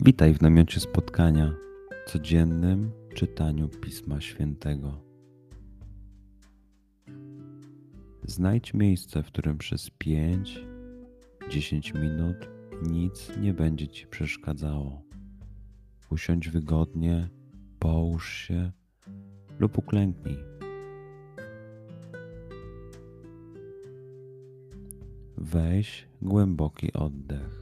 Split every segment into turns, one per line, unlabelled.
Witaj w namiocie spotkania, codziennym czytaniu Pisma Świętego. Znajdź miejsce, w którym przez 5-10 minut nic nie będzie Ci przeszkadzało. Usiądź wygodnie, połóż się lub uklęknij. Weź głęboki oddech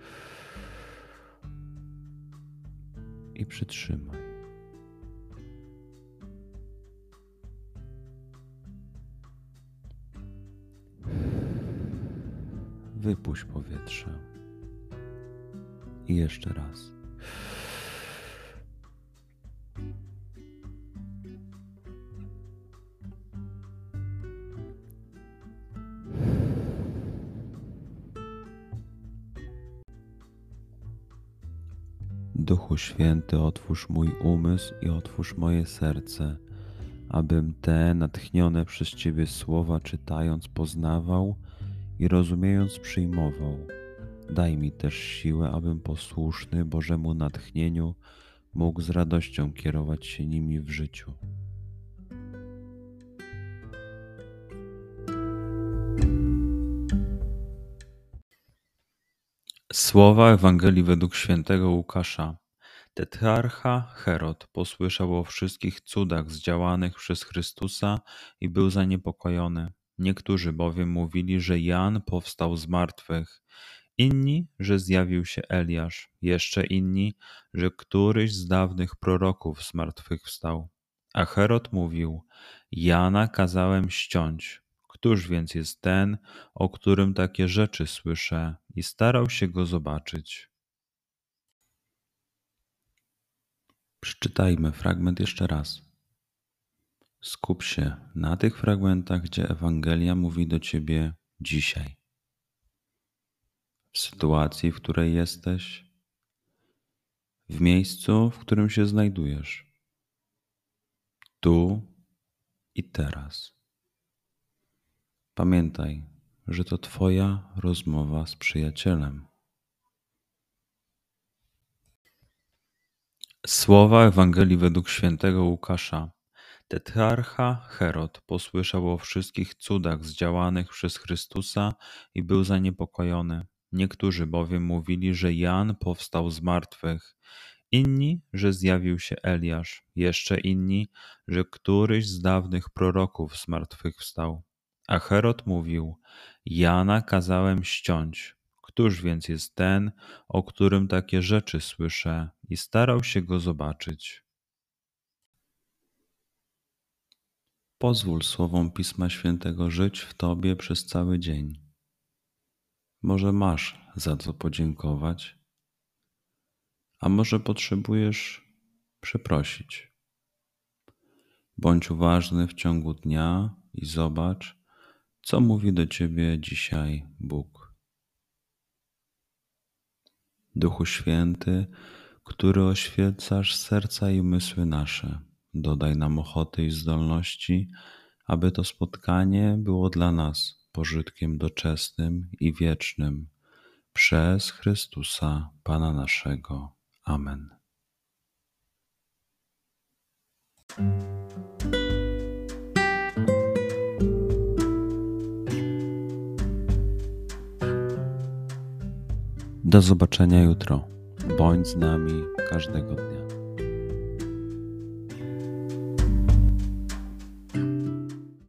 i przytrzymaj. Wypuść powietrze. I jeszcze raz. Duchu Święty, otwórz mój umysł i otwórz moje serce, abym te natchnione przez Ciebie słowa czytając poznawał i rozumiejąc przyjmował. Daj mi też siłę, abym posłuszny Bożemu natchnieniu mógł z radością kierować się nimi w życiu. Słowa Ewangelii według świętego Łukasza. Tetrarcha Herod posłyszał o wszystkich cudach zdziałanych przez Chrystusa i był zaniepokojony. Niektórzy bowiem mówili, że Jan powstał z martwych, inni, że zjawił się Eliasz, jeszcze inni, że któryś z dawnych proroków z martwych wstał. A Herod mówił: Jana kazałem ściąć. Któż więc jest ten, o którym takie rzeczy słyszę? I starał się go zobaczyć. Przeczytajmy fragment jeszcze raz. Skup się na tych fragmentach, gdzie Ewangelia mówi do Ciebie dzisiaj. W sytuacji, w której jesteś, w miejscu, w którym się znajdujesz, tu i teraz. Pamiętaj, że to Twoja rozmowa z przyjacielem. Słowa Ewangelii według świętego Łukasza. Tetrarcha Herod posłyszał o wszystkich cudach zdziałanych przez Chrystusa i był zaniepokojony. Niektórzy bowiem mówili, że Jan powstał z martwych, inni, że zjawił się Eliasz, jeszcze inni, że któryś z dawnych proroków z martwych wstał. A Herod mówił: Jana kazałem ściąć. Któż więc jest ten, o którym takie rzeczy słyszę? I starał się go zobaczyć. Pozwól słowom Pisma Świętego żyć w Tobie przez cały dzień. Może masz za co podziękować, a może potrzebujesz przeprosić. Bądź uważny w ciągu dnia i zobacz, co mówi do Ciebie dzisiaj Bóg. Duchu Święty, który oświecasz serca i umysły nasze, dodaj nam ochoty i zdolności, aby to spotkanie było dla nas pożytkiem doczesnym i wiecznym. Przez Chrystusa, Pana naszego. Amen. Do zobaczenia jutro. Bądź z nami każdego dnia.